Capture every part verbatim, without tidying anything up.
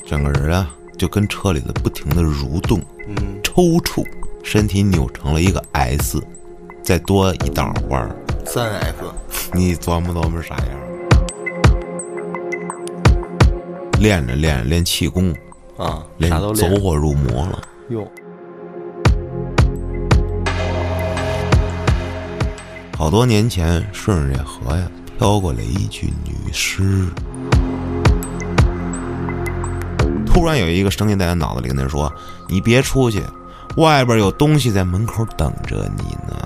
整个人啊就跟车里的不停的蠕动， 嗯， 抽搐，身体扭成了一个 S， 再多一道弯儿， 三 F， 你琢磨琢磨啥样？练着练着练气功啊， 练啥都练， 走火入魔了。 哟， 好多年前，顺着这河呀，飘过来一具女尸。突然有一个声音在他脑子里跟他说：“你别出去，外边有东西在门口等着你呢。”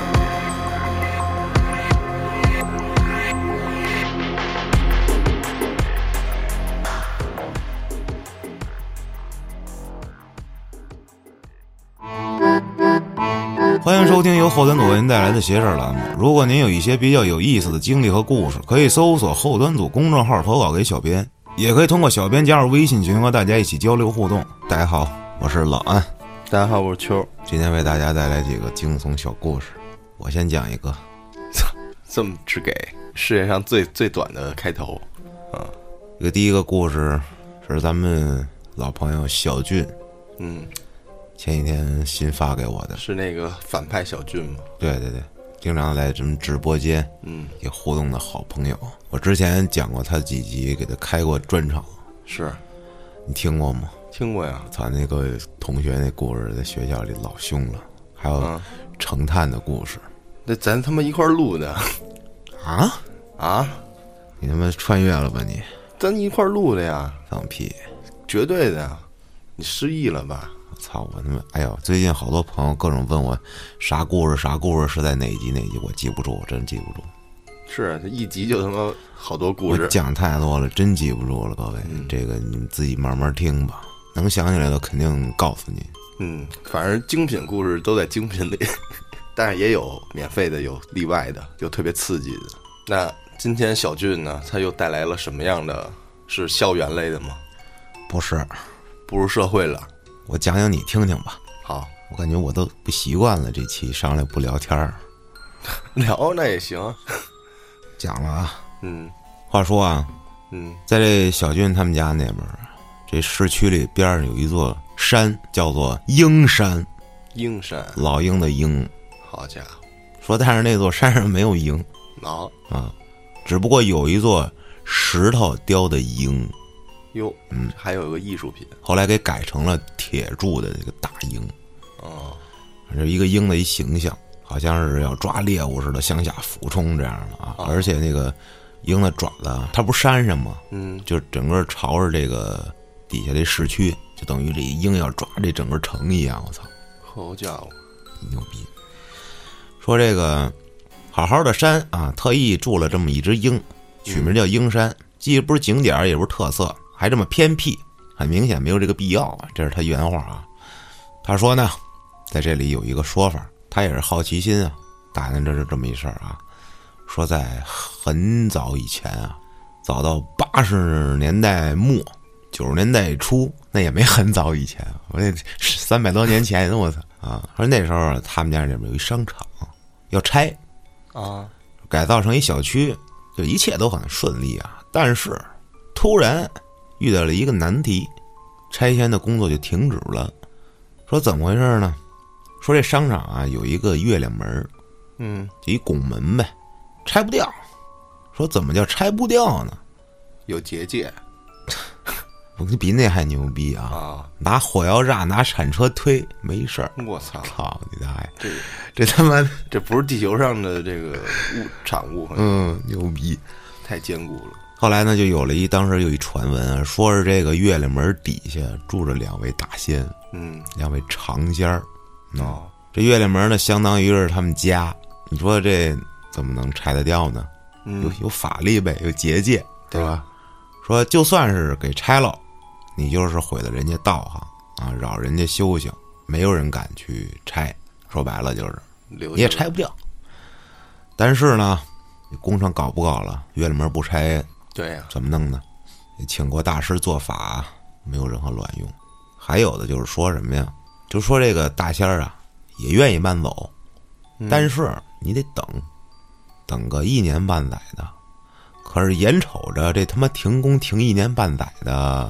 欢迎收听由后端组为您带来的邪事栏目。如果您有一些比较有意思的经历和故事，可以搜索后端组公众号投稿给小编，也可以通过小编加入微信群和大家一起交流互动。大家好，我是老安。 大家好，我是秋。 今天为大家带来几个惊悚小故事。我先讲一个， 这么只给世界上最最短的开头啊！ 这个第一个故事是咱们老朋友小俊， 嗯， 前几天新发给我的， 是那个反派小俊吗？ 对对对，经常来咱们直播间， 嗯， 也互动的好朋友。我之前讲过他几集，给他开过专场， 是你听过吗？ 听过呀。 他那个同学那故事在学校里老凶了，还有成探的故事。 那咱他妈一块录的啊啊！ 你他妈穿越了吧你？ 咱一块录的呀， 放屁！ 绝对的呀！你失忆了吧？ 我操！我他妈哎呦！最近好多朋友各种问我啥故事啥故事是在哪集哪集，我记不住，我真记不住。 是一集就他妈好多故事， 我讲太多了，真记不住了，各位。 嗯、 这个你们自己慢慢听吧，能想起来的肯定告诉你。 嗯，反正精品故事都在精品里，但是也有免费的，有例外的，有特别刺激的。那今天小俊呢，他又带来了什么样的？是校园类的吗？ 不是， 步入社会了。 我讲讲你听听吧。 好， 我感觉我都不习惯了，这期上来不聊天儿， 聊那也行。 讲了啊。 嗯， 话说啊， 嗯， 在这小俊他们家那边，这市区里边上有一座山，叫做鹰山。 鹰山， 老鹰的鹰。 好家伙！ 说但是那座山上没有鹰， 哦啊，只不过有一座石头雕的鹰。 哟， 嗯， 还有一个艺术品， 后来给改成了铁铸的这个大鹰。 哦， 这一个鹰的一形象，好像是要抓猎物似的向下俯冲这样的啊， 哦、 而且那个鹰的爪子，它不是山上吗？ 嗯， 就整个朝着这个底下这市区，就等于这鹰要抓这整个城一样。我操！ 好家伙， 牛逼！说这个好好的山啊，特意住了这么一只鹰，取名叫鹰山，既不是景点也不是特色，还这么偏僻，很明显没有这个必要啊。这是他原话啊。他说呢，在这里有一个说法，他也是好奇心啊，打听这是这么一事儿啊。说在很早以前啊，早到八十年代末九十年代初，那也没很早以前，我那三百多年前，我操啊！说那时候他们家里面有一商场要拆啊， 改造成一小区，就一切都很顺利啊。但是突然遇到了一个难题，拆迁的工作就停止了。说怎么回事呢？说这商场啊有一个月亮门， 嗯， 就一拱门呗，拆不掉。说怎么叫拆不掉呢？ 有结界。 我比那还牛逼啊！ 啊， 拿火药炸，拿铲车推，没事儿。 我操！ 操你大爷！ 这这他妈这不是地球上的这个物产物， 嗯，牛逼， 太坚固了。 后来呢，就有了一当时有一传闻啊，说是这个月亮门底下住着两位大仙， 嗯， 两位长仙儿。 哦， 这月亮门呢，相当于是他们家，你说这怎么能拆得掉呢？ 嗯、 有有法力呗，有结界，对吧？说就算是给拆了，你就是毁了人家道行啊，扰人家修行，没有人敢去拆。说白了就是，你也拆不掉。但是呢，你工程搞不搞了，月亮门不拆， 对呀、啊， 怎么弄呢？也请过大师做法，没有任何卵用。还有的就是说什么呀？就说这个大仙儿啊，也愿意搬走， 嗯、 但是你得等，等个一年半载的。可是眼瞅着这他妈停工停一年半载的，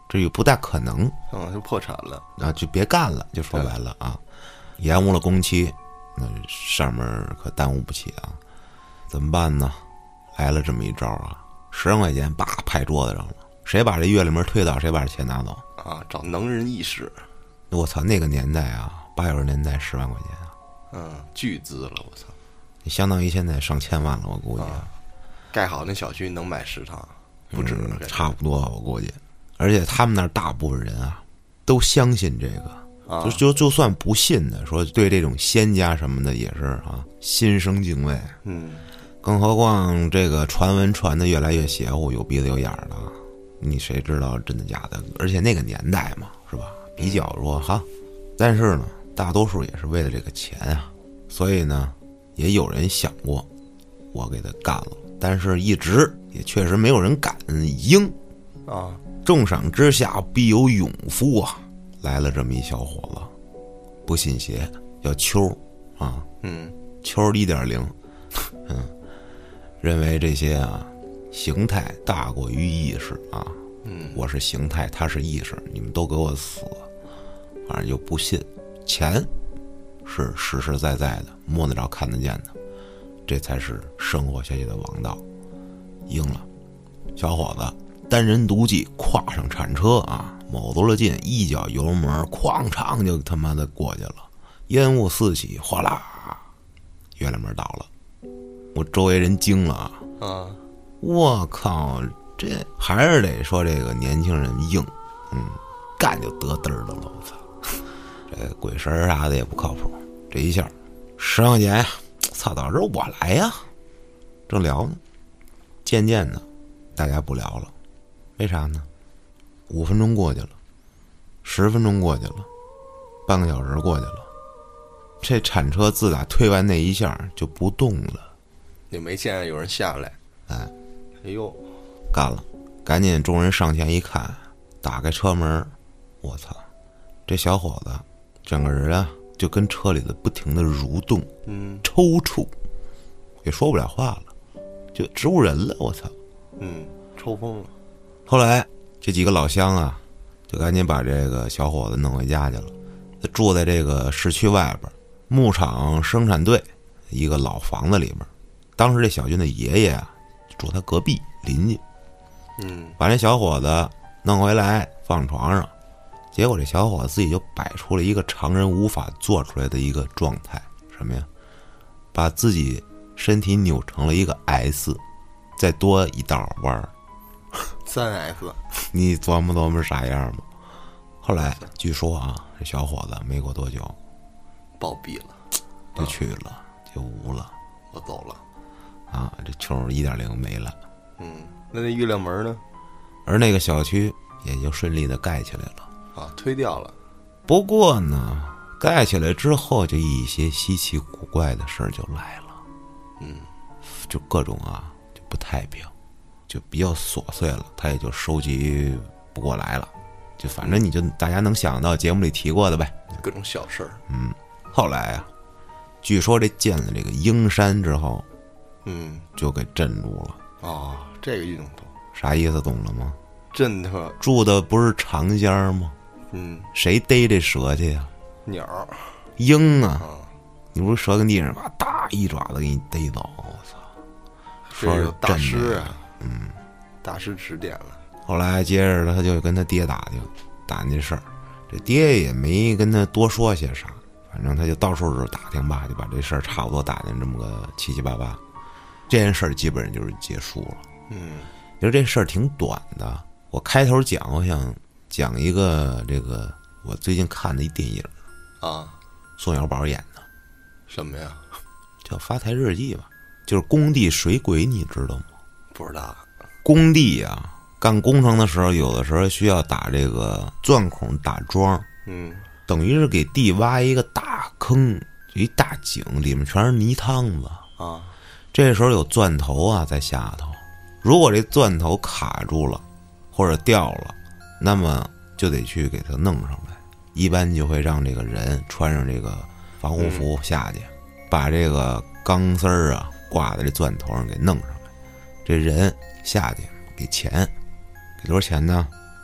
这也不大可能， 嗯，就破产了啊，就别干了，就说白了啊，延误了工期，那上面可耽误不起啊，怎么办呢？来了这么一招啊，十万块钱叭拍桌子上了，谁把这月历门推倒，谁把这钱拿走啊，找能人异士。 我操，那个年代啊，八九十年代十万块钱啊， 嗯，巨资了，我操， 你相当于现在上千万了，我估计。 啊、盖好那小区能买十套，不止、 嗯，差不多，我估计。而且他们那儿大部分人啊，都相信这个， 啊、 就就就算不信的，说对这种仙家什么的也是啊，心生敬畏。 嗯， 更何况这个传闻传的越来越邪乎，有鼻子有眼儿的，你谁知道真的假的？而且那个年代嘛，是吧？比较说哈，但是呢，大多数也是为了这个钱啊，所以呢，也有人想过，我给他干了，但是一直也确实没有人敢应啊。 重赏之下必有勇夫啊！来了这么一小伙子，不信邪，叫秋啊， 嗯， 秋一点零，嗯，认为这些啊形态大过于意识啊， 嗯， 我是形态，他是意识，你们都给我死！反正就不信，钱是实实在在的，摸得着、看得见的，这才是生活下去的王道。应了，小伙子。单人独骑，跨上铲车啊，卯足了劲，一脚油门，哐嚓就他妈的过去了，烟雾四起，哗啦，月亮门倒了，我周围人惊了啊！ 啊， 我靠，这还是得说这个年轻人硬，嗯，干就得嘚儿的了，我操，这鬼神啥的也不靠谱，这一下十万块钱呀，操，到时候我来呀，正聊呢，渐渐的大家不聊了。为啥呢？五分钟过去了，十分钟过去了，半个小时过去了，这铲车自打推完那一下就不动了， 也没见有人下来。 哎， 哎呦， 干了！赶紧众人上前一看，打开车门，我操，这小伙子整个人啊就跟车里的不停的蠕动， 嗯， 抽搐，也说不了话了，就植物人了，我操， 嗯，抽风了。 后来这几个老乡啊，就赶紧把这个小伙子弄回家去了。他住在这个市区外边牧场生产队一个老房子里边。当时这小军的爷爷啊，住他隔壁邻居。 嗯， 把这小伙子弄回来放床上，结果这小伙子自己就摆出了一个常人无法做出来的一个状态，什么呀？把自己身体扭成了一个 S， 再多一道弯儿。 三 S， 你琢磨琢磨啥样吗？后来据说啊，这小伙子没过多久暴毙了， 就去了，就无了， 我走了啊！这球一点零没了。 嗯，那那月亮门呢？ 而那个小区也就顺利的盖起来了啊，推掉了。 不过呢，盖起来之后，就一些稀奇古怪的事儿就来了。 嗯， 就各种啊，就不太平。就比较琐碎了，他也就收集不过来了，就反正你就大家能想到节目里提过的呗， 各种小事儿。 嗯，后来啊，据说这建了这个鹰山之后， 嗯， 就给镇住了。 哦，这个运动懂啥意思？懂了吗？ 镇他住的不是长间吗？ 嗯， 谁逮这蛇去呀？ 鸟， 鹰啊！ 啊你不是蛇跟地上把大一爪子给你逮走？我操！说是有大师啊。 嗯， 大师指点了。 后来接着他就跟他爹打听打听这事儿，这爹也没跟他多说些啥，反正他就到处是打听吧，就把这事儿差不多打听这么个七七八八，这件事儿基本上就是结束了。 嗯， 其实这事儿挺短的，我开头讲，我想讲一个这个我最近看的一电影啊， 宋小宝演的， 什么呀？ 叫《发财日记》吧，就是工地水鬼，你知道吗？ 不知道。 工地啊，干工程的时候，有的时候需要打这个钻孔打桩， 嗯， 等于是给地挖一个大坑，一大井，里面全是泥汤子啊。 这时候有钻头啊在下头，如果这钻头卡住了或者掉了，那么就得去给它弄上来。一般就会让这个人穿上这个防护服下去，嗯、把这个钢丝儿啊挂在这钻头上给弄上来。这人下去给钱，给多少钱呢？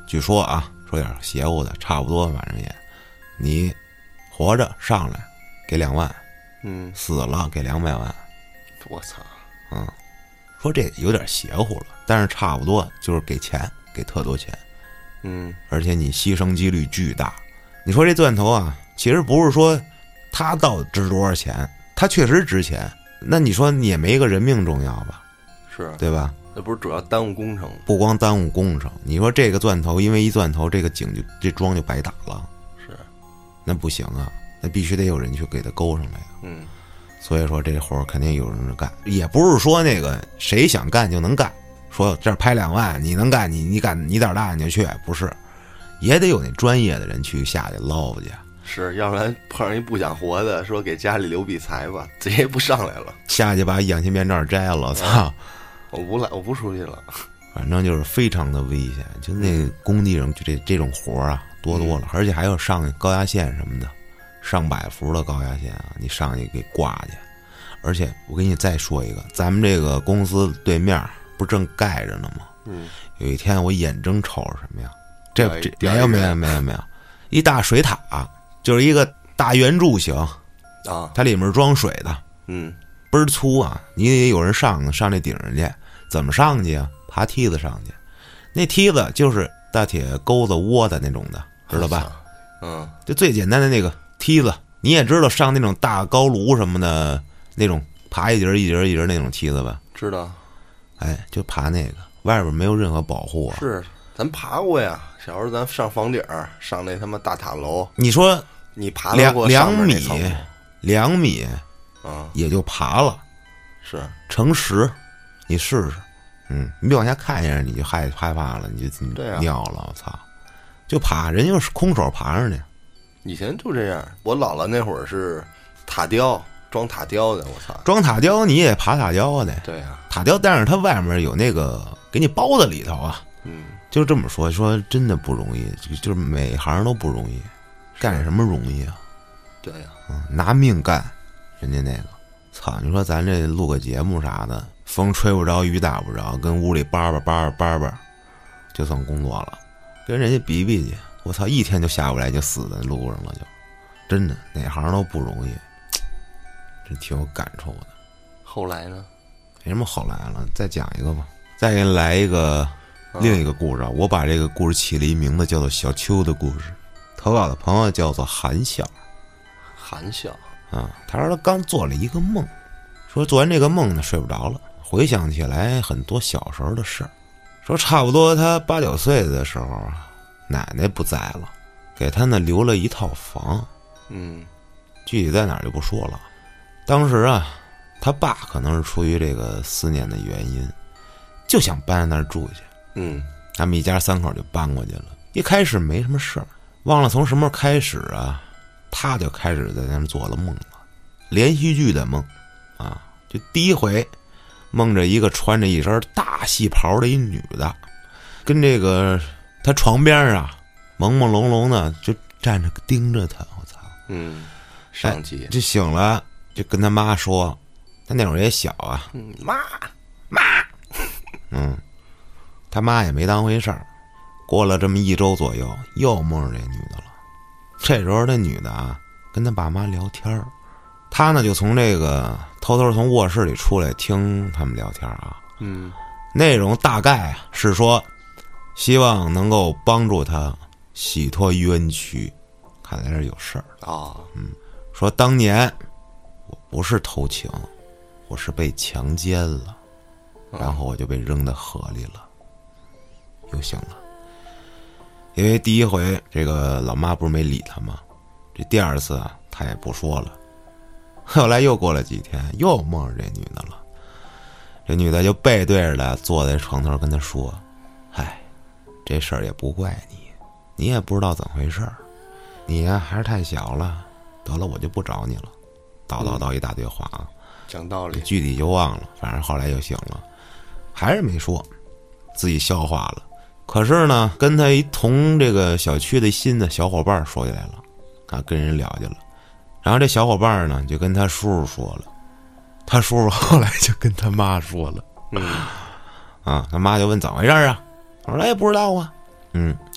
据说啊，说点邪乎的，差不多反正也，你活着上来给两万， 嗯， 死了给两百万。 我操， 嗯，说这有点邪乎了，但是差不多就是给钱，给特多钱。 嗯， 而且你牺牲几率巨大。你说这钻头啊，其实不是说它到底值多少钱，它确实值钱。那你说你也没个人命重要吧？ 是， 对吧？ 那不是主要耽误工程吗？ 不光耽误工程，你说这个钻头，因为一钻头，这个井就这桩就白打了。 是， 那不行啊，那必须得有人去给它勾上来呀。 嗯， 所以说这活儿肯定有人干，也不是说那个谁想干就能干。说这儿拍两万，你能干，你你干，你胆大你就去，不是，也得有那专业的人去下去捞去。 是，要不然碰上一不想活的，说给家里留笔财吧，直接不上来了， 下去把氧气面罩摘了，操！ 我不来，我不出去了。 反正就是非常的危险，就那工地上就这这种活啊多多了，而且还有上高压线什么的，上百伏的高压线啊，你上去给挂去。而且我给你再说一个，咱们这个公司对面不正盖着呢吗？ 嗯， 有一天我眼睁瞅着什么呀？这这掉一没有没有没有没有，一大水塔，就是一个大圆柱形啊， 它里面装水的， 嗯， 倍儿粗啊，你得有人上上那顶上去，怎么上去啊？爬梯子上去，那梯子就是大铁钩子窝的那种的，知道吧？ 嗯， 就最简单的那个梯子，你也知道上那种大高炉什么的那种爬一节一节一节那种梯子吧？ 知道。 哎，就爬那个，外边没有任何保护啊。 是，咱爬过呀。小时候咱上房顶儿，上那他妈大塔楼。 你说你爬得过两米，两米， 啊， 也就爬了， 是乘十，你试试。嗯，你别往下看一眼，你就害害怕了，你就对啊尿了，我操！就爬，人就是空手爬上去。 以前就这样。我姥姥那会儿是塔吊，装塔吊的，我操！ 装塔吊你也爬塔吊的， 对呀、啊， 塔吊，但是它外面有那个给你包在里头啊。 嗯， 就这么说，说真的不容易，就是每行都不容易，干什么容易啊？ 对呀、 啊，嗯，拿命干，人家那个，操！你说咱这录个节目啥的，风吹不着，雨打不着，跟屋里叭叭叭叭叭叭，就算工作了，跟人家比比去，我操，一天就下不来，就死在路上了就，真的哪行都不容易，这挺有感触的。 后来呢？ 没什么后来了，再讲一个吧，再给你来一个。另一个故事啊，我把这个故事起了一名字，叫做小秋的故事。投稿的朋友叫做韩笑， 韩笑啊，他说他刚做了一个梦，说做完这个梦呢睡不着了，回想起来很多小时候的事儿。说差不多他八九岁的时候啊，奶奶不在了，给他呢留了一套房， 嗯， 具体在哪儿就不说了。当时啊，他爸可能是出于这个思念的原因，就想搬在那儿住去。 嗯， 他们一家三口就搬过去了。一开始没什么事儿，忘了从什么时候开始啊，他就开始在那儿做了梦了，连续剧的梦啊。就第一回梦着一个穿着一身大戏袍的一女的，跟这个他床边啊朦朦胧胧的就站着盯着他。我操！ 嗯，上集、 哎、就醒了，就跟他妈说，他那会儿也小啊， 嗯，妈妈，嗯。他妈也没当回事儿，过了这么一周左右，又梦着这女的了。这时候这女的啊，跟他爸妈聊天儿，他呢就从这个偷偷从卧室里出来听他们聊天啊。 嗯， 内容大概啊是说，希望能够帮助他洗脱冤屈，看来是有事儿啊。 嗯，说当年我不是偷情，我是被强奸了，然后我就被扔到河里了。又醒了，因为第一回这个老妈不是没理他吗？这第二次啊，他也不说了。后来又过了几天，又梦着这女的了。这女的就背对着他坐在床头跟他说：“唉，这事儿也不怪你，你也不知道怎么回事儿，你呀、啊、还是太小了。得了，我就不找你了。”叨叨叨一大堆话啊， 讲道理， 具体就忘了，反正后来又醒了，还是没说，自己消化了。可是呢，跟他一同这个小区的新的小伙伴说起来了，啊，跟人聊去了。然后这小伙伴呢，就跟他叔叔说了，他叔叔后来就跟他妈说了， 嗯， 啊，他妈就问怎么回事啊？我说哎，不知道啊。嗯，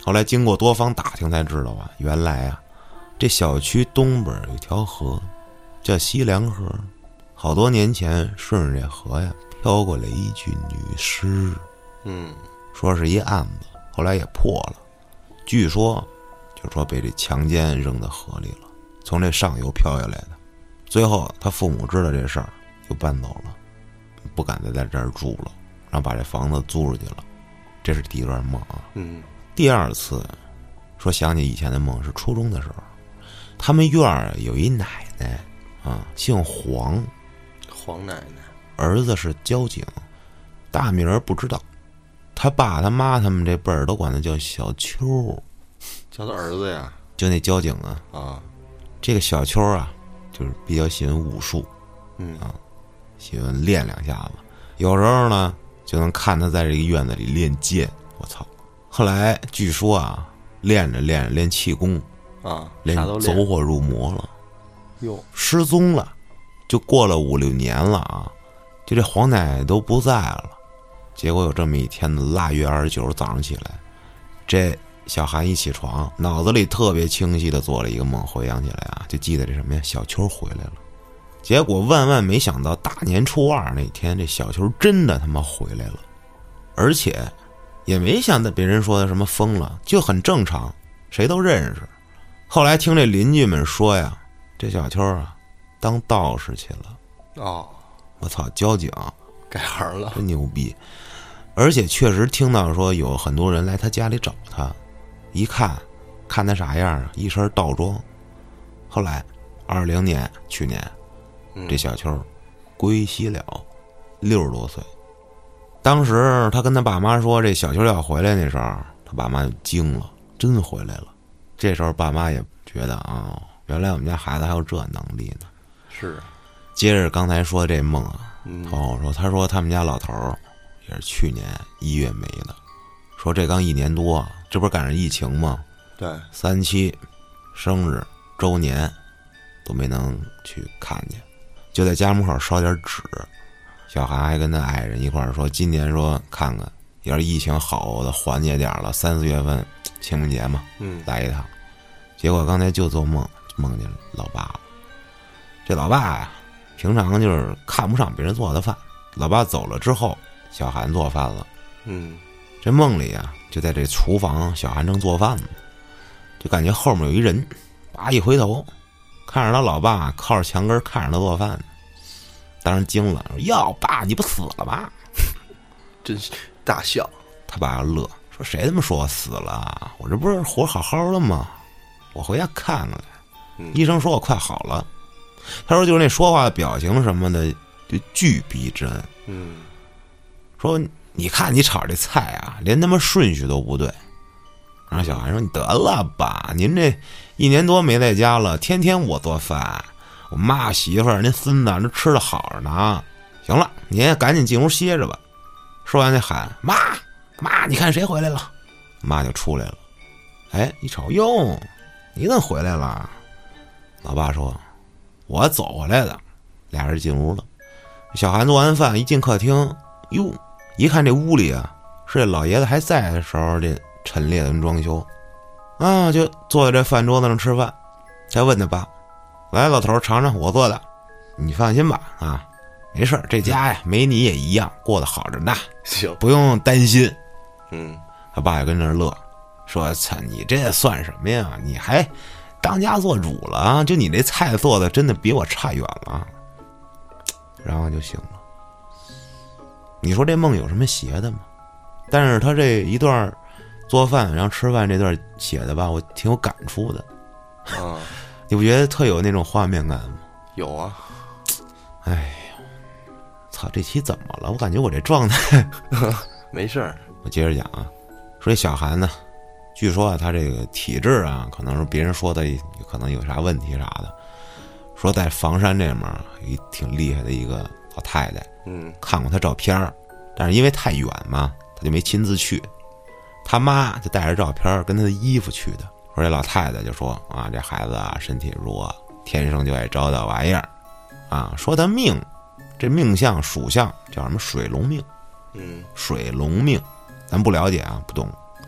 后来经过多方打听才知道啊，原来啊，这小区东边有一条河，叫西凉河。好多年前顺着这河呀飘过来一具女尸， 嗯， 说是一案子，后来也破了，据说就说被这强奸扔到河里了，从这上游飘下来的。最后他父母知道这事儿，就搬走了，不敢再在这儿住了，然后把这房子租出去了。这是第一段梦啊。 嗯， 第二次说想起以前的梦是初中的时候，他们院儿有一奶奶啊，姓黄， 黄奶奶， 儿子是交警，大名儿不知道。他爸他妈他们这辈儿都管他叫小秋， 叫他儿子呀。 就那交警啊， 啊， 这个小秋啊，就是比较喜欢武术， 嗯啊，喜欢练两下子。有时候呢，就能看他在这个院子里练剑。我操！后来据说啊，练着练着练气功啊， 练啥都练走火入魔了， 哟， 失踪了，就过了五六年了啊，就这黄奶奶都不在了。结果有这么一天的腊月二十九早上起来，这小韩一起床，脑子里特别清晰的做了一个梦，回想起来啊，就记得这什么呀，小秋回来了。结果万万没想到，大年初二那天，这小秋真的他妈回来了，而且也没想到别人说的什么疯了，就很正常，谁都认识。后来听这邻居们说呀，这小秋啊，当道士去了。 哦， 我操，交警改行了， 真牛逼！而且确实听到说有很多人来他家里找他，一看，看他啥样啊，一身道装。后来，二零年去年，这小秋归西了，六十多岁。当时他跟他爸妈说这小秋要回来那时候，他爸妈就惊了，真回来了。这时候爸妈也觉得啊、哦，原来我们家孩子还有这能力呢。 是。 接着刚才说这梦啊， 嗯， 朋友说，他说他们家老头儿也是去年一月没的，说这刚一年多，这不是赶上疫情吗？ 对， 三七生日周年都没能去看见，就在家门口烧点纸。小韩还跟他爱人一块儿说，今年说看看，要是疫情好的缓解点了，三四月份清明节嘛， 嗯， 来一趟。结果刚才就做梦，梦见老爸了。这老爸呀，平常就是看不上别人做的饭。老爸走了之后，小韩做饭了。 嗯， 这梦里啊，就在这厨房，小韩正做饭呢，就感觉后面有一人，叭一回头，看着他老爸靠着墙根看着他做饭呢，当时惊了，说：“哟，爸，你不死了吧？” 真大笑。 他爸乐说：“谁他妈说我死了？我这不是活好好的吗？我回家看看来。 嗯、 医生说我快好了。”他说：“就是那说话的表情什么的，就巨逼真。” 嗯， 说你看你炒这菜啊，连他妈顺序都不对。然后小韩说：“你得了吧，您这一年多没在家了，天天我做饭，我妈媳妇儿您孙子这吃的好着呢。行了，您也赶紧进屋歇着吧。”说完就喊妈妈，你看谁回来了？妈就出来了。哎，一瞅，哟，你怎么回来了？老爸说：“我走回来的。”俩人进屋了。小韩做完饭一进客厅，哟，一看这屋里啊，是这老爷子还在的时候这陈列的装修啊，就坐在这饭桌子上吃饭。才问他爸：“来，老头尝尝我做的。”你放心吧，啊，没事，这家呀没你也一样过得好着呢， 行， 不用担心。 嗯， 他爸也跟那儿乐，说：“操，你这算什么呀？你还当家做主了？就你这菜做的真的比我差远了。”然后就醒了。你说这梦有什么邪的吗？但是他这一段做饭然后吃饭这段写的吧，我挺有感触的。 啊， 你不觉得特有那种画面感吗？ 有啊。 哎呀，操，这期怎么了？我感觉我这状态没事儿。 我接着讲啊，说这小韩呢，据说啊，他这个体质啊，可能是别人说的可能有啥问题啥的。说在房山这面有一挺厉害的一个老太太， 嗯， 看过他照片，但是因为太远嘛，他就没亲自去。他妈就带着照片跟他的衣服去的。说这老太太就说啊，这孩子啊身体弱，天生就爱招这玩意儿啊。说他命，这命相属相叫什么水龙命， 嗯， 水龙命，咱不了解啊，不懂。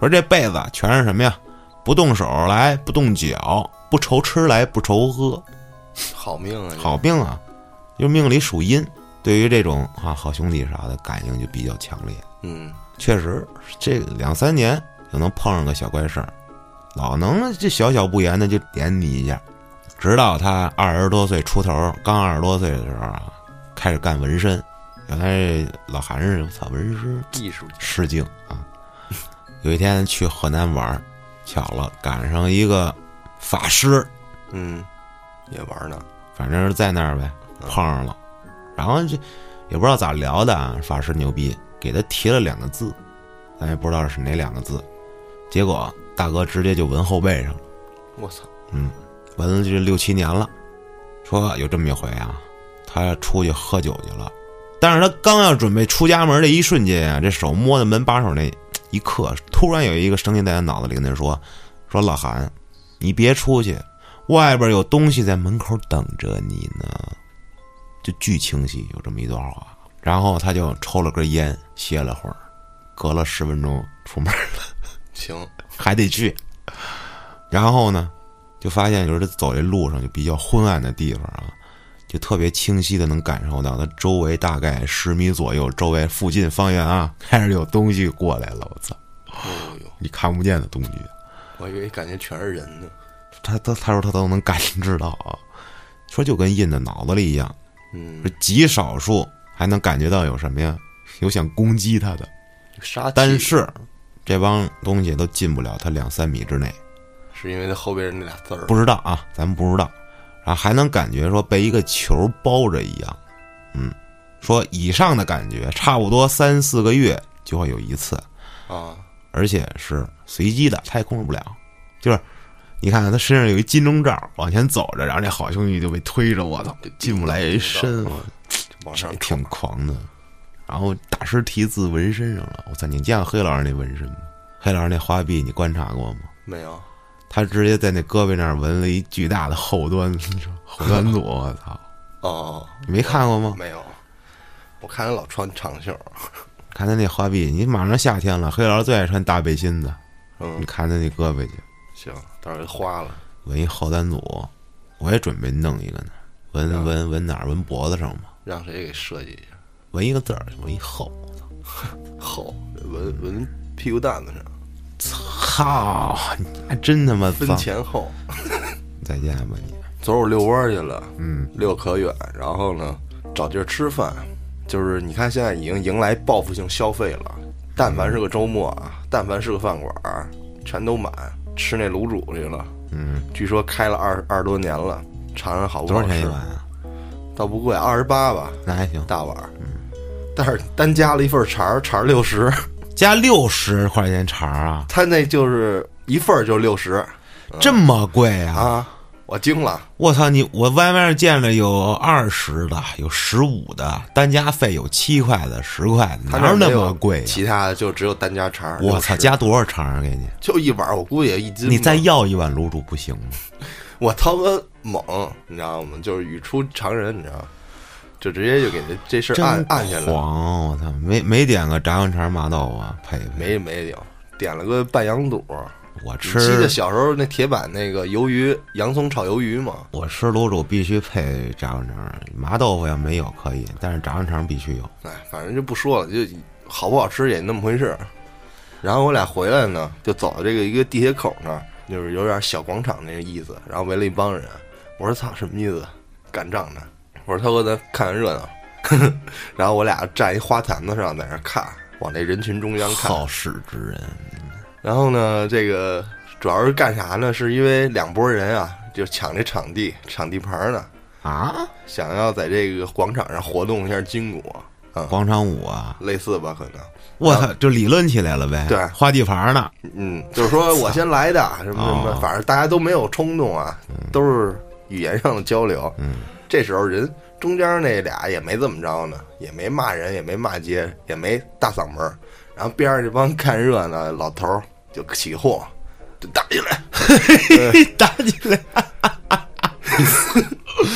说这辈子全是什么呀？不动手来不动脚，不愁吃来不愁喝， 好命啊！ 好命啊！就命里属阴，对于这种啊好兄弟啥的感应就比较强烈。 嗯， 确实，这两三年就能碰上个小怪事儿，老能这小小不言的就点你一下。直到他二十多岁出头，刚二十多岁的时候啊，开始干纹身。原来这老韩是操纹身艺术试镜啊。有一天去河南玩，巧了赶上一个法师， 嗯，也玩呢， 反正是在那儿呗碰上了，然后就也不知道咋聊的啊。法师牛逼，给他提了两个字，咱也不知道是哪两个字，结果大哥直接就纹后背上了。 我操， 嗯，纹了这六七年了。说有这么一回啊，他出去喝酒去了，但是他刚要准备出家门的一瞬间啊，这手摸的门把手那一刻，突然有一个声音在他脑子里跟他说：“说老韩，你别出去，外边有东西在门口等着你呢。”就巨清晰，有这么一段话。然后他就抽了根烟，歇了会儿，隔了十分钟出门了。 行， 还得去。然后呢，就发现就是他走这路上就比较昏暗的地方啊，就特别清晰的能感受到他周围大概十米左右，周围附近方圆啊，开始有东西过来了。我操！ 哦哟， 你看不见的东西， 我以为感觉全是人呢。 他他他说他都能感知到啊，说就跟印在脑子里一样。 嗯， 极少数还能感觉到有什么呀？有想攻击他的杀气， 但是这帮东西都进不了他两三米之内。 是因为他后边那俩字儿不知道啊，咱们不知道。然后还能感觉说被一个球包着一样，嗯，说以上的感觉差不多三四个月就会有一次啊， 而且是随机的，他也控制不了。就是你看他身上有一金钟罩，往前走着，然后这好兄弟就被推着，我操，进不来一身， 往上挺狂的。然后大师题字纹身上了，我操！你见过黑老师那纹身吗？黑老师那花臂你观察过吗？ 没有。 他直接在那胳膊那儿纹了一巨大的后端后端组，我操！ 哦， 你没看过吗？ 没有，我看他老穿长袖。 看他那花臂，你马上夏天了，黑老师最爱穿大背心子。 嗯， 你看他那胳膊去。 行，到时候花了。 纹一后端组，我也准备弄一个呢。纹纹纹哪儿？纹脖子上嘛。 让谁给设计一下？ 纹一个字儿，纹一后。 后，纹纹屁股蛋子上。 操！你还真他妈分前后。 再见吧你。 昨儿我遛弯去了， 嗯， 遛可远，然后呢找地儿吃饭，就是你看现在已经迎来报复性消费了，但凡是个周末啊，但凡是个饭馆，全都满，吃那卤煮去了。 嗯， 据说开了二二十多年了，尝尝好不多好吃？ 少钱一碗啊？ 倒不贵，二十八吧， 那还行， 大碗。嗯，但是单加了一份肠，肠六十。 加六十块钱肠啊！ 他那就是一份就六十， 这么贵啊！ 啊，我惊了！ 我操你！我外面见着有二十的，有十五的，单加费有七块的、十块的，哪有那么贵啊？ 其他的就只有单加肠。 我操，加多少肠啊？给你就一碗，我估计也一斤。 你再要一碗卤煮不行吗？ 我涛哥猛，你知道吗？就是语出常人，你知道吗？就直接就给这这事按按下来。 黄，我操，没没点个炸香肠麻豆啊，配配没没有，点了个半羊肚。 我吃， 记得小时候那铁板那个鱿鱼，洋葱炒鱿鱼嘛。 我吃卤煮必须配炸香肠，麻豆腐要没有可以，但是炸香肠必须有。 哎，反正就不说了，就好不好吃也那么回事。然后我俩回来呢，就走到这个一个地铁口那儿，就是有点小广场那个意思，然后围了一帮人。我说操，什么意思？干仗呢？我说涛哥，咱看看热闹。然后我俩站一花坛子上，在那看，往那人群中央看。 好事之人。 然后呢，这个主要是干啥呢？是因为两拨人啊，就抢这场地、抢地盘呢。 啊！ 想要在这个广场上活动一下筋骨。啊、嗯， 广场舞啊， 类似吧，可能。 我操，就理论起来了呗。 对， 划地盘呢。 嗯，就是说我先来的，什么什么，反正大家都没有冲动啊，都是语言上的交流。 嗯， 这时候人中间那俩也没怎么着呢，也没骂人，也没骂街，也没大嗓门。然后边上这帮看热闹老头儿就起哄，就打起来， 打起来。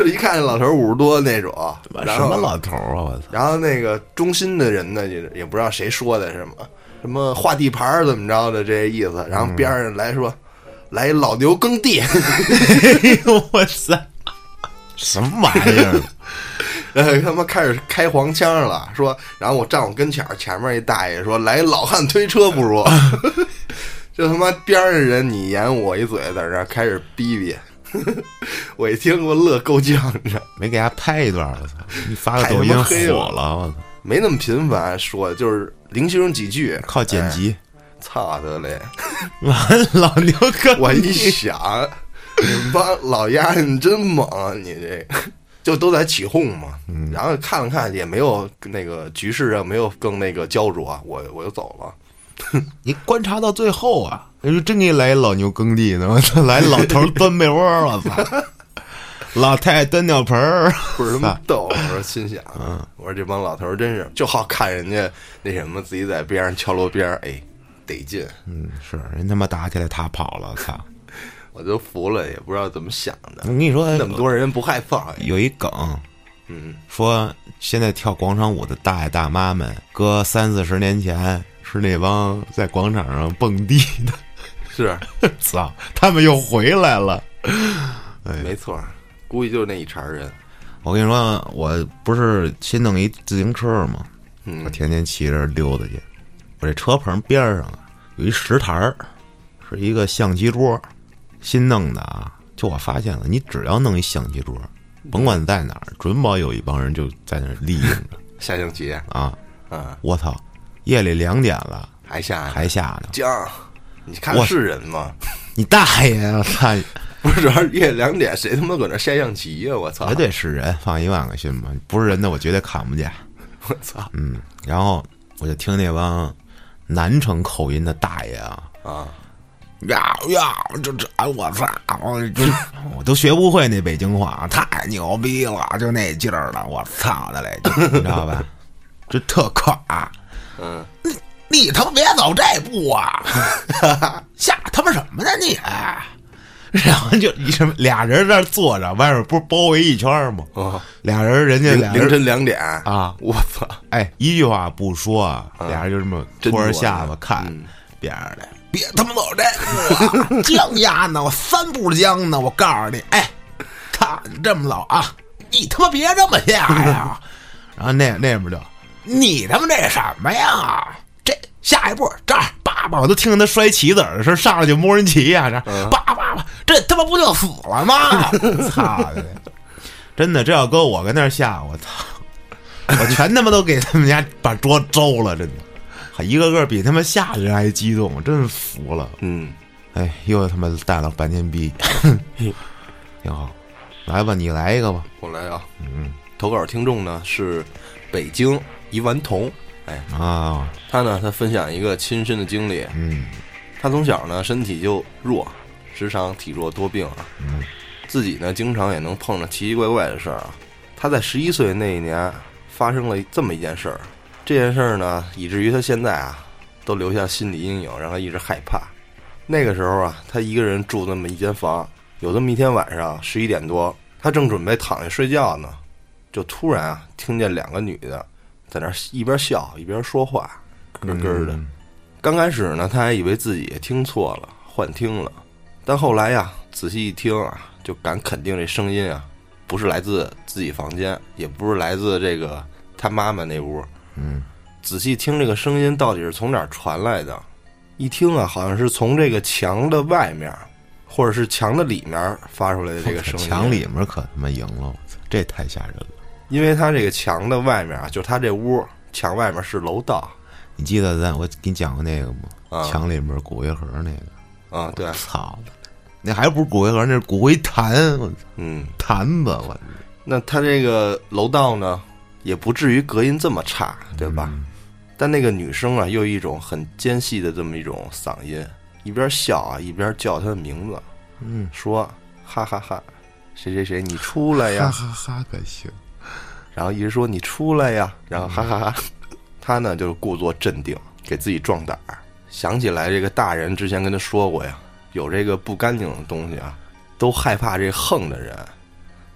就一看老头五十多那种，然后什么老头啊！我操！ 然后那个中心的人呢，也也不知道谁说的什么什么画地盘怎么着的这意思，然后边上来说、嗯、来老牛耕地， 哎呦我操！什么玩意儿？ 呃，他妈开始开黄腔了，说，然后我站我跟前儿，前面一大爷说来老汉推车不如，就他妈边上人你言我一嘴，在这开始逼逼。我一听我乐够呛，你知道？ 没给他拍一段，我操！你发个抖音火了，我操！ 没那么频繁说，就是零星几句， 靠剪辑。 操的嘞！ 完老牛哥， 我一想，你帮老丫你真猛啊！你这就都在起哄嘛。嗯、然后看了看，也没有那个局势啊，没有更那个焦灼，我我就走了。 你观察到最后啊，就真给你来老牛耕地呢，我操！来老头端被窝，我操！老太太端尿盆儿， 不是这么逗。我说心想，嗯，我说这帮老头真是就好看人家那什么，自己在边上敲锣边，哎，得劲。 嗯，是人他妈打起来他跑了，操！ 我就服了，也不知道怎么想的。 我跟你说， 那么多人不害怕。 有一梗，嗯，说现在跳广场舞的大爷大妈们，搁三四十年前。是那帮在广场上蹦迪的， 是， 操，他们又回来了。 哎，没错，估计就是那一茬人。 我跟你说，我不是新弄一自行车吗？ 嗯， 我天天骑着溜达去。我这车棚边上啊有一石台儿，是一个象棋桌，新弄的啊。就我发现了，你只要弄一象棋桌，甭管在哪儿，准保有一帮人就在那儿立着下象棋啊。 啊， 我操！夜里两点了， 还下还下呢， 将，你看是人吗？ 你大爷！我操！ 不是，主要是夜里两点，谁他妈搁那下象棋呀？我操！ 绝对是人，放一万个心吧！不是人的，我绝对看不见。 我操！ 嗯，然后我就听那帮南城口音的大爷啊啊呀呀，这这，我操！我就我都学不会那北京话，太牛逼了，就那劲儿了，我操的嘞，你知道吧？这特垮。 嗯， 你你他妈别走这步啊！吓他妈什么呢你？然后就一什么俩人在那坐着，外面不是包围一圈吗？ 哦， 俩人人家俩人凌晨两点啊！ 我操！ 哎，一句话不说啊，俩人就这么托着下巴看边上的，别他妈走这步啊！将丫呢，我三步将呢，我告诉你，哎，看这么老啊，你他妈别这么下呀！然后那那边就。你他妈这什么呀？这下一步这儿叭叭，我都听着他摔棋子的时候，上来就摸人棋呀、啊，这叭叭叭，这他妈不就死了吗？操的！真的，这要搁我跟那儿下，我操，我全他妈都给他们家把桌周了，真的，一个个比他妈下人还激动，我真服了。 嗯， 哎，又他妈带了半天逼，挺好。来吧，你来一个吧。 我来啊。 嗯， 投稿听众呢是北京。一顽童，哎啊， 他呢，他分享一个亲身的经历。 嗯， 他从小呢身体就弱，时常体弱多病啊。 嗯， 自己呢经常也能碰着奇奇怪怪的事儿啊。他在十一岁那一年发生了这么一件事儿，这件事儿呢，以至于他现在啊都留下心理阴影，让他一直害怕。那个时候啊，他一个人住那么一间房，有这么一天晚上十一点多，他正准备躺下睡觉呢，就突然啊听见两个女的。在那儿一边笑一边说话，咯咯的。刚开始呢，他还以为自己听错了，幻听了。但后来呀，仔细一听啊，就敢肯定这声音啊，不是来自自己房间，也不是来自这个他妈妈那屋。 嗯， 仔细听这个声音到底是从哪儿传来的？一听啊，好像是从这个墙的外面，或者是墙的里面发出来的这个声音。 墙里面可他妈赢了，我操，这太吓人了。 因为他这个墙的外面啊，就是他这屋墙外面是楼道。 你记得咱我给你讲过那个吗？ 啊、 墙里面骨灰盒那个啊，对， 操的，那还不是骨灰盒，那是骨灰坛，我操， 嗯， 坛子，我。 那他这个楼道呢，也不至于隔音这么差，对吧？ 嗯、 但那个女生啊，又有一种很尖细的这么一种嗓音，一边笑啊，一边叫他的名字， 嗯， 说哈哈哈，谁谁谁，你出来呀， 哈哈哈，可行。 然后一直说你出来呀，然后哈哈哈，他呢就故作镇定，给自己壮胆儿。想起来这个大人之前跟他说过呀，有这个不干净的东西啊，都害怕这横的人。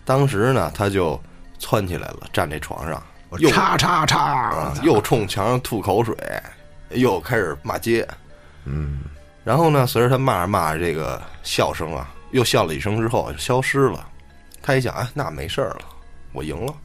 当时呢，他就窜起来了，站这床上，又叉叉叉、 啊，又冲墙上吐口水，又开始骂街。 嗯， 然后呢，随着他骂着骂着，这个笑声啊，又笑了一声之后就消失了。他一想，哎，那没事了，我赢了。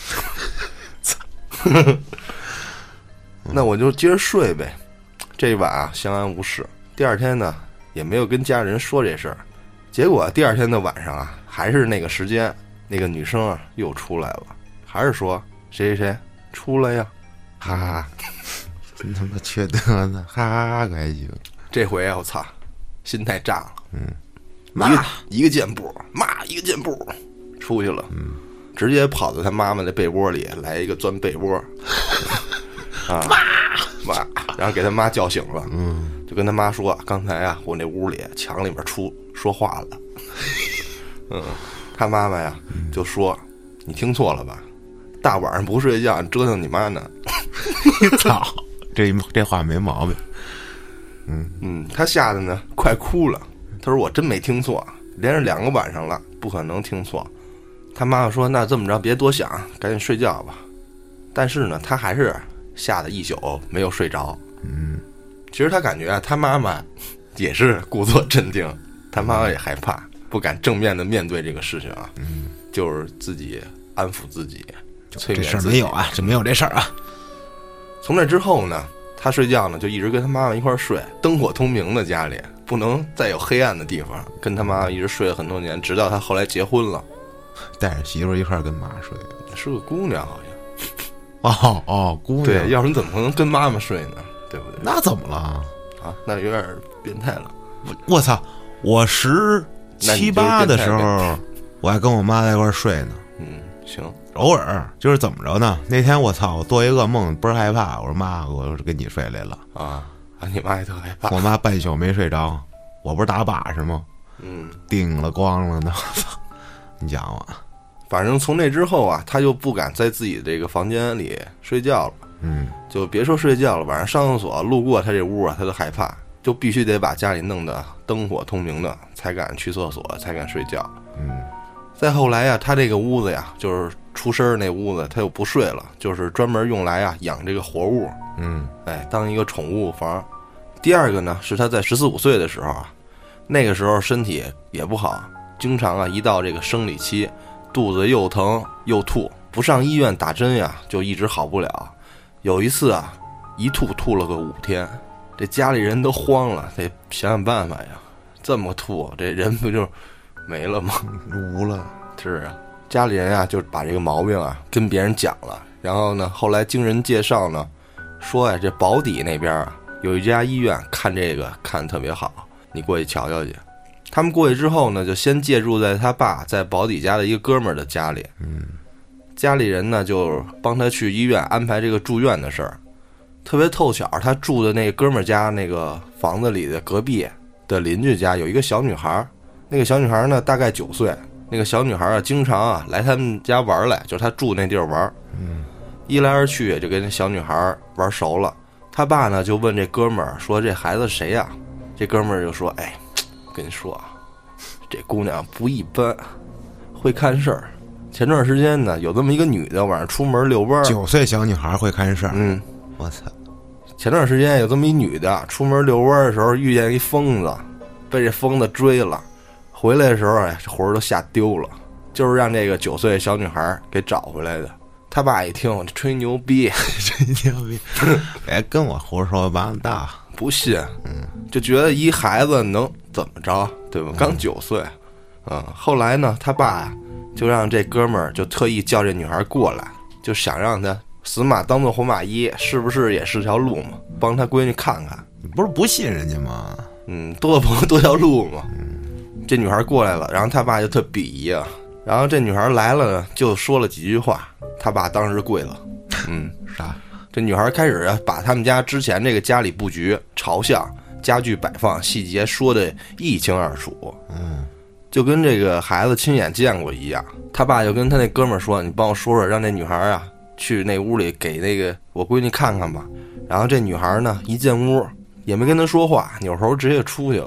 那我就接着睡呗。这一晚啊，相安无事。第二天呢，也没有跟家人说这事儿。结果第二天的晚上啊，还是那个时间，那个女生啊又出来了，还是说谁谁谁出来呀，哈哈哈， 真他妈缺德呢，哈哈哈可还行。 这回啊，我操，心态炸了， 嗯， 一个一个箭步，骂一个箭步，出去了， 嗯， 直接跑到他妈妈的被窝里来一个钻被窝，啊，骂骂，然后给他妈叫醒了， 嗯， 就跟他妈说，刚才啊，我那屋里墙里面出说话了，嗯，他妈妈呀就说，你听错了吧，大晚上不睡觉，你折腾你妈呢， 操，这这话没毛病。嗯嗯，他吓得呢快哭了。他说我真没听错，连着两个晚上了，不可能听错。他妈妈说那这么着别多想，赶紧睡觉吧。但是呢，他还是吓得一宿没有睡着。 嗯， 其实他感觉啊，他妈妈也是故作镇定，他妈妈也害怕，不敢正面的面对这个事情啊。 嗯， 就是自己安抚自己，催这事儿眠自己。 没有啊，这没有这事儿啊。 从那之后呢，他睡觉呢就一直跟他妈妈一块儿睡，灯火通明的家里不能再有黑暗的地方，跟他妈妈一直睡了很多年，直到他后来结婚了， 带着媳妇儿一块儿跟妈睡。 是个姑娘好像。 哦哦，姑娘。 对，要是你怎么可能跟妈妈睡呢？对不对？ 那怎么了？ 啊，那有点变态了。 我操！我十七八的时候，我还跟我妈在一块儿睡呢。 嗯，行。 偶尔就是怎么着呢？那天我操，我做一噩梦，倍儿害怕。我说妈，我跟你睡来了啊啊！你妈也特害怕。 我妈半宿没睡着，我不是打把式吗？ 嗯， 叮了咣了呢。我操！你讲吧。 反正从那之后啊，他就不敢在自己这个房间里睡觉了。 嗯， 就别说睡觉了，晚上上厕所路过他这屋啊，他都害怕，就必须得把家里弄得灯火通明的，才敢去厕所，才敢睡觉。 嗯， 再后来呀、啊，他这个屋子呀，就是出身那屋子，他又不睡了，就是专门用来啊养这个活物。 嗯， 哎，当一个宠物房。第二个呢，是他在十四五岁的时候啊，那个时候身体也不好，经常啊一到这个生理期，肚子又疼又吐，不上医院打针呀，就一直好不了。有一次啊，一吐吐了个五天，这家里人都慌了，得想想办法呀。这么吐，这人不就没了吗？ 无了。 是啊，家里人啊就把这个毛病啊跟别人讲了，然后呢，后来经人介绍呢，说呀，这保底那边啊有一家医院看这个看得特别好，你过去瞧瞧去。他们过去之后呢，就先借住在他爸在保底家的一个哥们儿的家里。 嗯， 家里人呢就帮他去医院安排这个住院的事儿。特别凑巧，他住的那哥们儿家那个房子里的隔壁的邻居家有一个小女孩，那个小女孩呢大概九岁。那个小女孩啊，经常啊来他们家玩来，就是他住那地儿玩。 嗯， 一来二去就跟那小女孩玩熟了。他爸呢就问这哥们儿说：“这孩子谁呀？”这哥们儿就说：“哎，跟你说啊，这姑娘不一般，会看事儿。前段时间呢，有这么一个女的晚上出门遛弯， 九岁小女孩会看事儿。 嗯， 我操！ 前段时间有这么一女的出门遛弯的时候遇见一疯子，被这疯子追了，回来的时候哎，这魂儿都吓丢了，就是让这个九岁小女孩给找回来的。”他爸一听，吹牛逼， 吹牛逼，别跟我胡说八道， 不信，嗯，就觉得一孩子能怎么着，对吧？刚九岁，嗯，后来呢，他爸呀就让这哥们儿就特意叫这女孩过来，就想让他死马当做活马医，是不是也是条路嘛？帮他闺女看看。 你不是不信人家吗？ 嗯，多个朋友多条路嘛。嗯，这女孩过来了，然后他爸就特鄙夷啊。然后这女孩来了呢，就说了几句话，他爸当时跪了。嗯， 啥？ 这女孩开始啊，把他们家之前这个家里布局、朝向、家具摆放细节说的一清二楚。 嗯， 就跟这个孩子亲眼见过一样。他爸就跟他那哥们儿说：“你帮我说说，让这女孩啊去那屋里给那个我闺女看看吧。”然后这女孩呢，一进屋也没跟他说话，扭头直接出去了。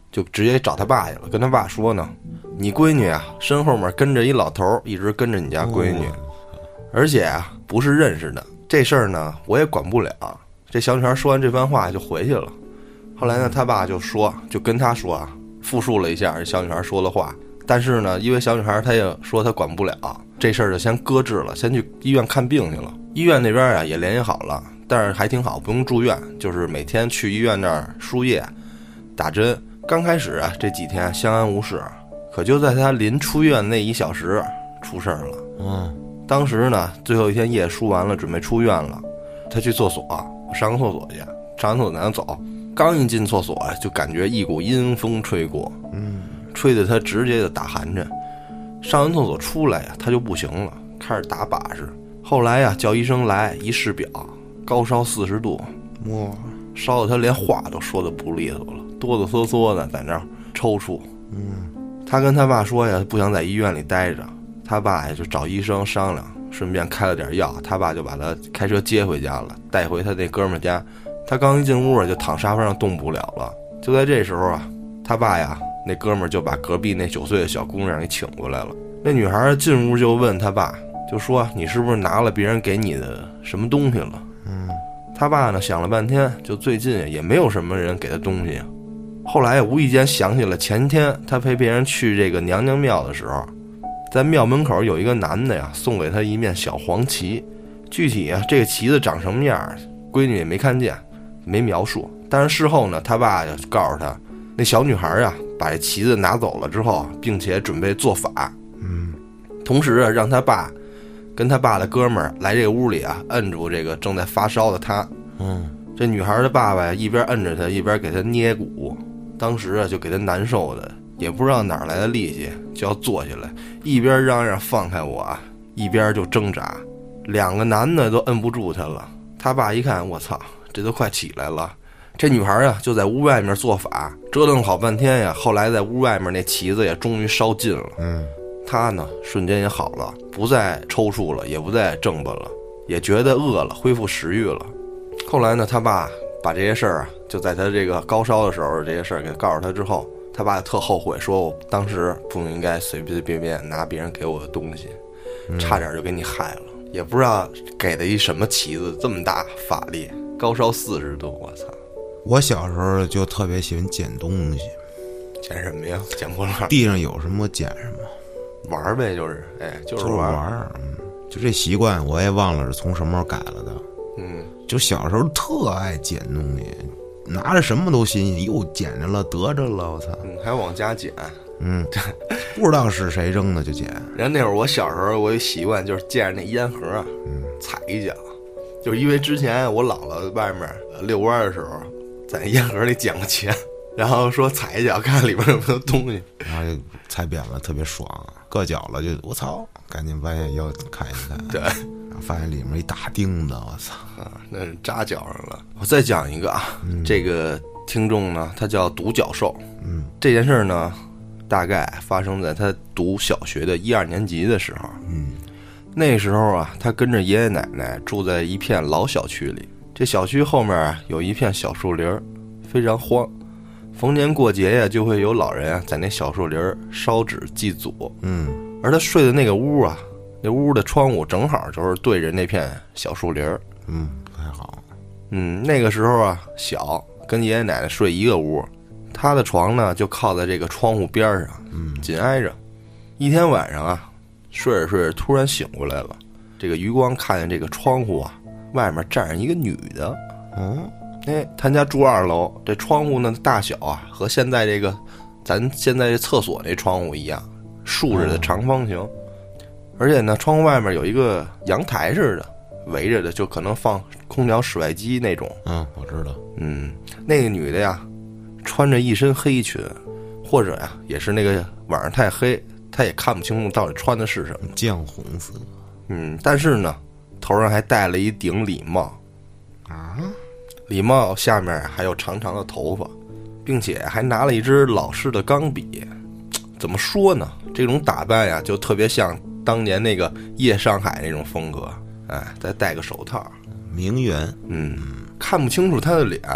就直接找他爸去了，跟他爸说呢，你闺女啊身后面跟着一老头，一直跟着你家闺女，而且啊不是认识的，这事儿呢我也管不了。这小女孩说完这番话就回去了。后来呢他爸就说，就跟他说啊，复述了一下这小女孩说的话，但是呢因为小女孩她也说她管不了，这事儿就先搁置了，先去医院看病去了。医院那边啊也联系好了，但是还挺好，不用住院，就是每天去医院那儿输液打针。刚开始啊这几天相安无事，可就在他临出院那一小时出事儿了。 嗯， 当时呢最后一天液输完了，准备出院了，他去厕所，我上个厕所去，上完厕所咱就走。刚一进厕所就感觉一股阴风吹过， 嗯， 吹得他直接就打寒碜。上完厕所出来呀他就不行了，开始打把式。后来呀叫医生来，一试表高烧四十度， 哇， 烧得他连话都说得不利索了，哆哆嗦嗦的在那儿抽搐。 嗯， 他跟他爸说呀不想在医院里待着，他爸呀就找医生商量，顺便开了点药，他爸就把他开车接回家了，带回他那哥们家。他刚一进屋就躺沙发上动不了了。就在这时候啊，他爸呀那哥们就把隔壁那九岁的小姑娘给请过来了。那女孩进屋就问他爸，就说你是不是拿了别人给你的什么东西了？ 嗯， 他爸呢想了半天，就最近也没有什么人给他东西。后来无意间想起了前天他陪别人去这个娘娘庙的时候，在庙门口有一个男的呀送给他一面小黄旗，具体啊这个旗子长什么样闺女也没看见，没描述。但是事后呢他爸就告诉他，那小女孩啊把这旗子拿走了之后，并且准备做法。 嗯， 同时啊让他爸跟他爸的哥们儿来这个屋里啊摁住这个正在发烧的他。 嗯， 这女孩的爸爸呀一边摁着他一边给他捏骨，当时啊就给他难受的也不知道哪儿来的力气，就要坐下来，一边嚷嚷放开我啊，一边就挣扎。两个男的都摁不住他了。他爸一看，我操，这都快起来了。这女孩啊就在屋外面做法，折腾好半天呀，后来在屋外面那旗子也终于烧尽了。 嗯， 他呢瞬间也好了，不再抽搐了，也不再挣巴了，也觉得饿了，恢复食欲了。后来呢他爸把这些事儿啊就在他这个高烧的时候这些事儿给告诉他之后，他爸特后悔，说我当时不应该随随便便拿别人给我的东西，差点就给你害了。也不知道给的一什么旗子这么大法力，高烧四十度，我操！ 我小时候就特别喜欢捡东西。 捡什么呀？捡破烂？ 地上有什么捡什么， 玩呗，就是哎，就是玩玩。 玩嗯，就这习惯我也忘了是从什么时候改了的。 嗯， 就小时候特爱捡东西，拿着什么都新鲜，又捡着了，得着了，我操！ 嗯，还往家捡。 嗯，不知道是谁扔的就捡。 然后那会儿我小时候我有习惯，就是见着那烟盒啊， 嗯， 踩一脚，就是因为之前我姥姥外面遛弯的时候，在那烟盒里捡过钱，然后说踩一脚看里边有没有东西， 然后就踩扁了，特别爽，硌脚了就我操，赶紧弯下腰看一看。 对， 然后发现里面一大钉子，我操啊，那是扎脚上了。我再讲一个啊， 嗯、 这个听众呢，他叫独角兽。 嗯， 这件事呢，大概发生在他读小学的一二年级的时候。 嗯， 那时候啊，他跟着爷爷奶奶住在一片老小区里。这小区后面啊有一片小树林，非常荒。逢年过节呀，就会有老人啊在那小树林烧纸祭祖。 嗯， 而他睡的那个屋啊，那屋的窗户正好就是对着那片小树林。 嗯，不太好。 嗯，那个时候啊，小跟爷爷奶奶睡一个屋，他的床呢就靠在这个窗户边上， 嗯， 紧挨着。一天晚上啊，睡着睡着突然醒过来了，这个余光看见这个窗户啊，外面站着一个女的。 嗯， 哎，他家住二楼，这窗户呢大小啊，和现在这个咱现在这厕所那窗户一样，竖着的长方形。嗯、而且呢，窗户外面有一个阳台似的，围着的，就可能放空调室外机那种。 嗯，我知道。 嗯，那个女的呀，穿着一身黑裙，或者呀，也是那个晚上太黑，她也看不清楚到底穿的是什么。 绛红色。 嗯，但是呢，头上还戴了一顶礼帽。 啊？ 礼帽下面还有长长的头发，并且还拿了一支老式的钢笔。怎么说呢？这种打扮呀，就特别像当年那个夜上海那种风格。哎，再戴个手套。 名媛。 嗯，看不清楚他的脸，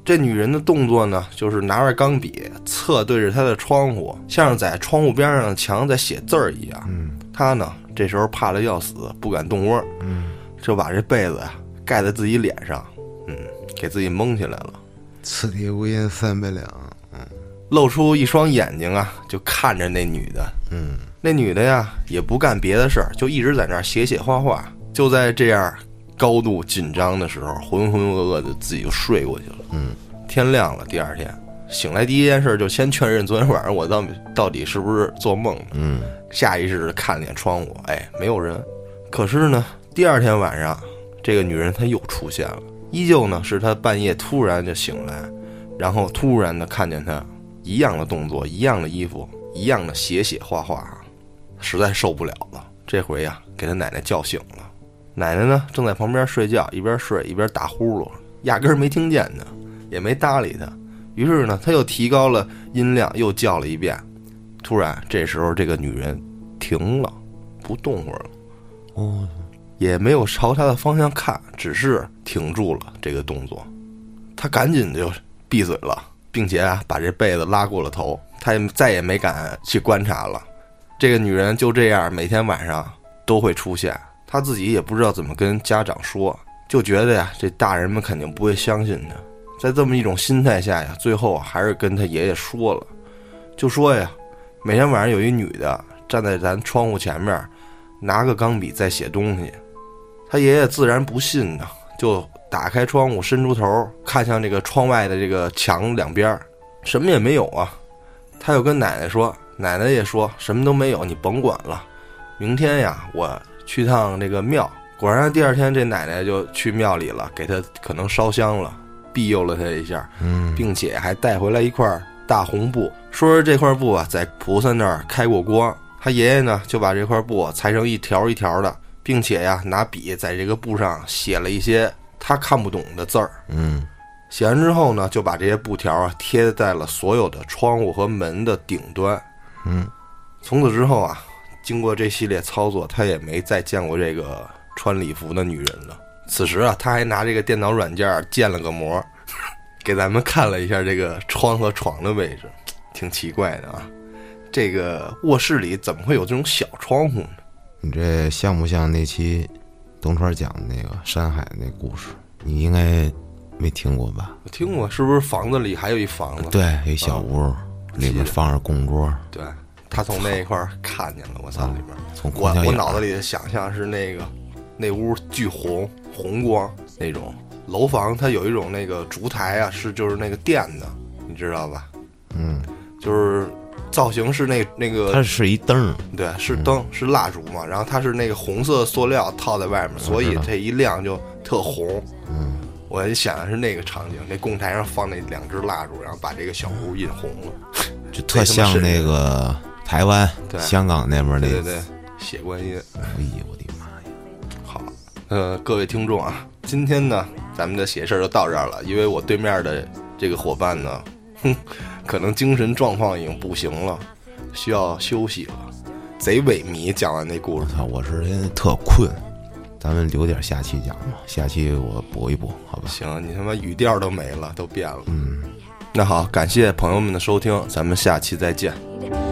这女人的动作呢，就是拿着钢笔侧对着她的窗户，像是在窗户边上的墙在写字儿一样。 嗯， 她呢这时候怕得要死，不敢动窝， 嗯， 就把这被子呀盖在自己脸上，嗯，给自己蒙起来了。 此地无银三百两，嗯， 露出一双眼睛啊，就看着那女的， 嗯， 那女的呀也不干别的事儿，就一直在那儿写写画画。就在这样高度紧张的时候，浑浑噩噩的自己就睡过去了。 嗯， 天亮了，第二天醒来第一件事就先确认昨天晚上我到到底是不是做梦了。 嗯， 下意识的看了眼窗户，哎，没有人。可是呢，第二天晚上，这个女人她又出现了，依旧呢是她半夜突然就醒来，然后突然的看见她一样的动作，一样的衣服，一样的写写画画，实在受不了了。这回呀，给她奶奶叫醒了。奶奶呢正在旁边睡觉，一边睡一边打呼噜，压根儿没听见她，也没搭理她。于是呢，她又提高了音量，又叫了一遍。突然，这时候这个女人停了，不动会儿了， 哦， 也没有朝她的方向看，只是停住了这个动作。她赶紧就闭嘴了，并且啊，把这被子拉过了头。她也再也没敢去观察了。这个女人就这样每天晚上都会出现。他自己也不知道怎么跟家长说，就觉得呀，这大人们肯定不会相信他。在这么一种心态下呀，最后还是跟他爷爷说了，就说呀，每天晚上有一女的站在咱窗户前面，拿个钢笔在写东西。他爷爷自然不信呢，就打开窗户，伸出头看向这个窗外的这个墙两边，什么也没有啊。他又跟奶奶说，奶奶也说什么都没有，你甭管了，明天呀，我去趟这个庙。果然第二天这奶奶就去庙里了，给他可能烧香了，庇佑了他一下， 嗯， 并且还带回来一块大红布，说是这块布啊在菩萨那儿开过光。他爷爷呢就把这块布裁成一条一条的，并且呀拿笔在这个布上写了一些他看不懂的字儿。 嗯， 写完之后呢，就把这些布条啊贴在了所有的窗户和门的顶端。 嗯， 从此之后啊，经过这系列操作，他也没再见过这个穿礼服的女人了。此时啊，他还拿这个电脑软件建了个模，给咱们看了一下这个窗和床的位置，挺奇怪的啊。这个卧室里怎么会有这种小窗户呢？ 你这像不像那期东川讲的那个山海那故事？你应该没听过吧？ 我听过，是不是房子里还有一房子？ 对，一小屋，嗯、里面放着供桌。 对。他从那一块看见了，我操！里边， 从我我脑子里的想象是那个那屋巨红红光那种楼房，它有一种那个烛台啊，是就是那个电的，你知道吧？ 嗯， 就是造型是那那个， 它是一灯， 对，是灯、嗯、是蜡烛嘛，然后它是那个红色塑料套在外面，所以这一亮就特红。 嗯， 我就想的是那个场景，那供台上放那两只蜡烛，然后把这个小屋引红了， 就特像那个。台湾、香港那边那对对对，血观音。 哎呦我的妈呀！ 好，呃，各位听众啊，今天呢，咱们的写事儿就到这儿了。因为我对面的这个伙伴呢，哼，可能精神状况已经不行了，需要休息了。贼萎靡，讲完那故事， 操，我是特困。咱们留点下期讲吧，下期我补一补，好吧？ 行，你他妈语调都没了，都变了。 嗯， 那好，感谢朋友们的收听，咱们下期再见。